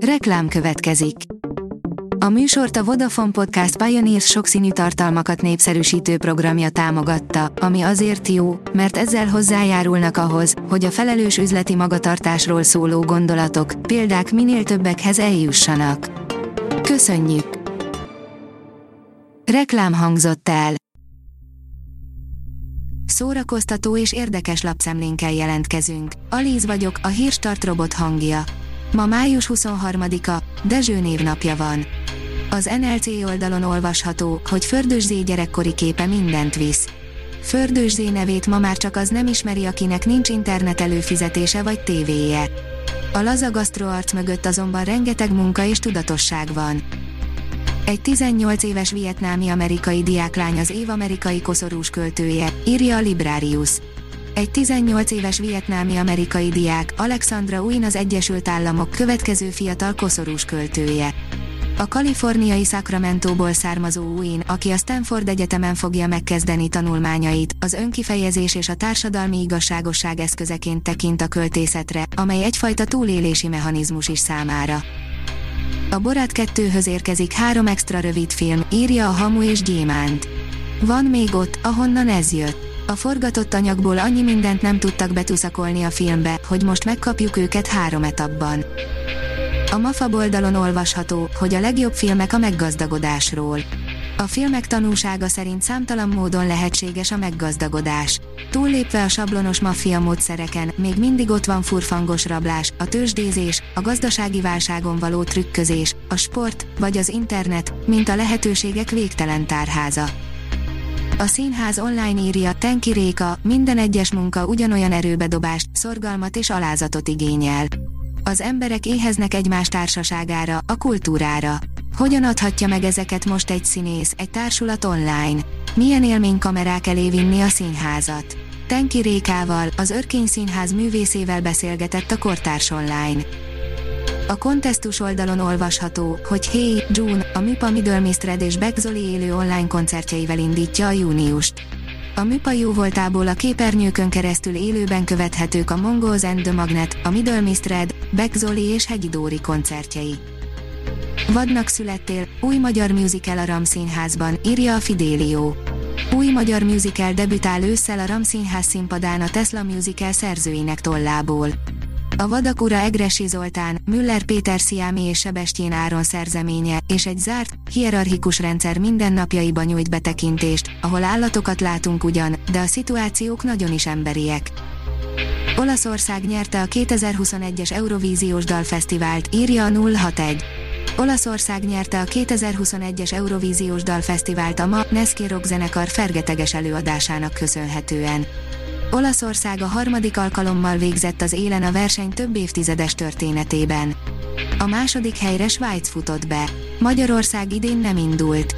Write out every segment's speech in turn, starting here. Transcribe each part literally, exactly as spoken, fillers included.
Reklám következik. A műsort a Vodafone Podcast Pioneers sokszínű tartalmakat népszerűsítő programja támogatta, ami azért jó, mert ezzel hozzájárulnak ahhoz, hogy a felelős üzleti magatartásról szóló gondolatok, példák minél többekhez eljussanak. Köszönjük! Reklám hangzott el. Szórakoztató és érdekes lapszemlénkkel jelentkezünk. Alíz vagyok, a Hírstart robot hangja. Ma május huszonharmadika, Dezső névnapja van. Az en el cé oldalon olvasható, hogy Fördős Zé gyerekkori képe mindent visz. Fördős Zé nevét ma már csak az nem ismeri, akinek nincs internet előfizetése vagy tévéje. A laza gasztroarc mögött azonban rengeteg munka és tudatosság van. Egy tizennyolc éves vietnámi amerikai diáklány az év amerikai koszorús költője, írja a Librarius. Egy tizennyolc éves vietnámi amerikai diák, Alexandra Uin az Egyesült Államok következő fiatal koszorús költője. A kaliforniai Sacramento-ból származó Uin, aki a Stanford Egyetemen fogja megkezdeni tanulmányait, az önkifejezés és a társadalmi igazságosság eszközeként tekint a költészetre, amely egyfajta túlélési mechanizmus is számára. A Borat kettőhöz érkezik három extra rövidfilm, írja a Hamu és Gyémánt. Van még ott, ahonnan ez jött. A forgatott anyagból annyi mindent nem tudtak betuszakolni a filmbe, hogy most megkapjuk őket három etapban. A Mafab oldalon olvasható, hogy a legjobb filmek a meggazdagodásról. A filmek tanúsága szerint számtalan módon lehetséges a meggazdagodás. Túllépve a sablonos maffia módszereken, még mindig ott van furfangos rablás, a tőzsdézés, a gazdasági válságon való trükközés, a sport, vagy az internet, mint a lehetőségek végtelen tárháza. A Színház online írja, Tenki Réka, minden egyes munka ugyanolyan erőbedobást, szorgalmat és alázatot igényel. Az emberek éheznek egymás társaságára, a kultúrára. Hogyan adhatja meg ezeket most egy színész, egy társulat online? Milyen élmény kamerák elé vinni a színházat? Tenki Rékával, az Örkény Színház művészével beszélgetett a Kortárs online. A Kontesztus oldalon olvasható, hogy Hey, June, a Műpa Middle Mistred és Beck Zoli élő online koncertjeivel indítja a júniust. A Műpa jóvoltából a képernyőkön keresztül élőben követhetők a Mongols and the Magnet, a Middle Mistred, Beck Zoli és Hegyi Dóri koncertjei. Vadnak születtél, új magyar musical a RAM Színházban, írja a Fidelio. Új magyar musical debütál ősszel a RAM Színház színpadán a Tesla Musical szerzőinek tollából. A Vadak ura Egressy Zoltán, Müller Péter Sziámi és Sebestyén Áron szerzeménye, és egy zárt, hierarchikus rendszer mindennapjaiba nyújt betekintést, ahol állatokat látunk ugyan, de a szituációk nagyon is emberiek. Olaszország nyerte a kétezer-huszonegyes Eurovíziós Dalfesztivált, írja a nulla hatvanegy. Olaszország nyerte a kétezer-huszonegyes Eurovíziós Dalfesztivált a ma Neski Rock zenekar fergeteges előadásának köszönhetően. Olaszország a harmadik alkalommal végzett az élen a verseny több évtizedes történetében. A második helyre Svájc futott be. Magyarország idén nem indult.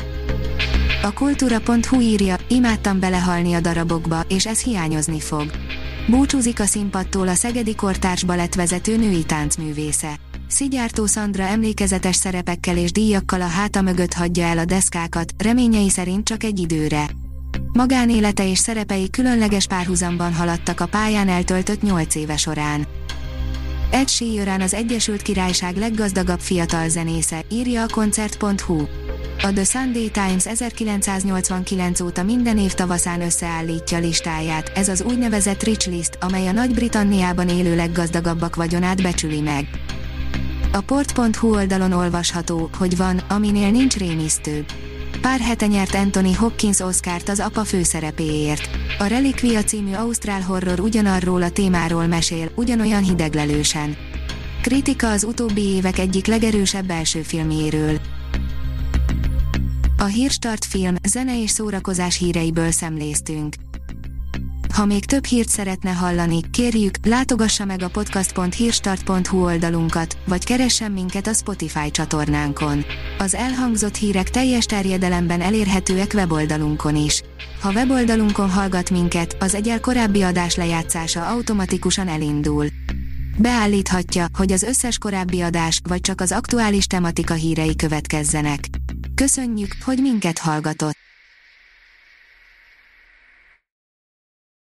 A kultúra pont hu írja, imádtam belehalni a darabokba, és ez hiányozni fog. Búcsúzik a színpadtól a szegedi Kortárs balettvezető női táncművésze. Szigyártó Szandra emlékezetes szerepekkel és díjakkal a háta mögött hagyja el a deszkákat, reményei szerint csak egy időre. Magánélete és szerepei különleges párhuzamban haladtak a pályán eltöltött nyolc éve során. Ed Sheeran az Egyesült Királyság leggazdagabb fiatal zenésze, írja a koncert pont hu. A The Sunday Times ezerkilencszáznyolcvankilenc óta minden év tavaszán összeállítja listáját, ez az úgynevezett Rich List, amely a Nagy-Britanniában élő leggazdagabbak vagyonát becsüli meg. A port pont hu oldalon olvasható, hogy van, aminél nincs rémisztőbb. Pár hete nyert Anthony Hopkins Oscart az apa főszerepéért. A Relikvia című ausztrál horror ugyanarról a témáról mesél, ugyanolyan hideglelősen. Kritika az utóbbi évek egyik legerősebb első filmjéről. A Hírstart film, zene és szórakozás híreiből szemléztünk. Ha még több hírt szeretne hallani, kérjük, látogassa meg a podcast pont hírstart pont hu oldalunkat, vagy keressen minket a Spotify csatornánkon. Az elhangzott hírek teljes terjedelemben elérhetőek weboldalunkon is. Ha weboldalunkon hallgat minket, az egyel korábbi adás lejátszása automatikusan elindul. Beállíthatja, hogy az összes korábbi adás, vagy csak az aktuális tematika hírei következzenek. Köszönjük, hogy minket hallgatott!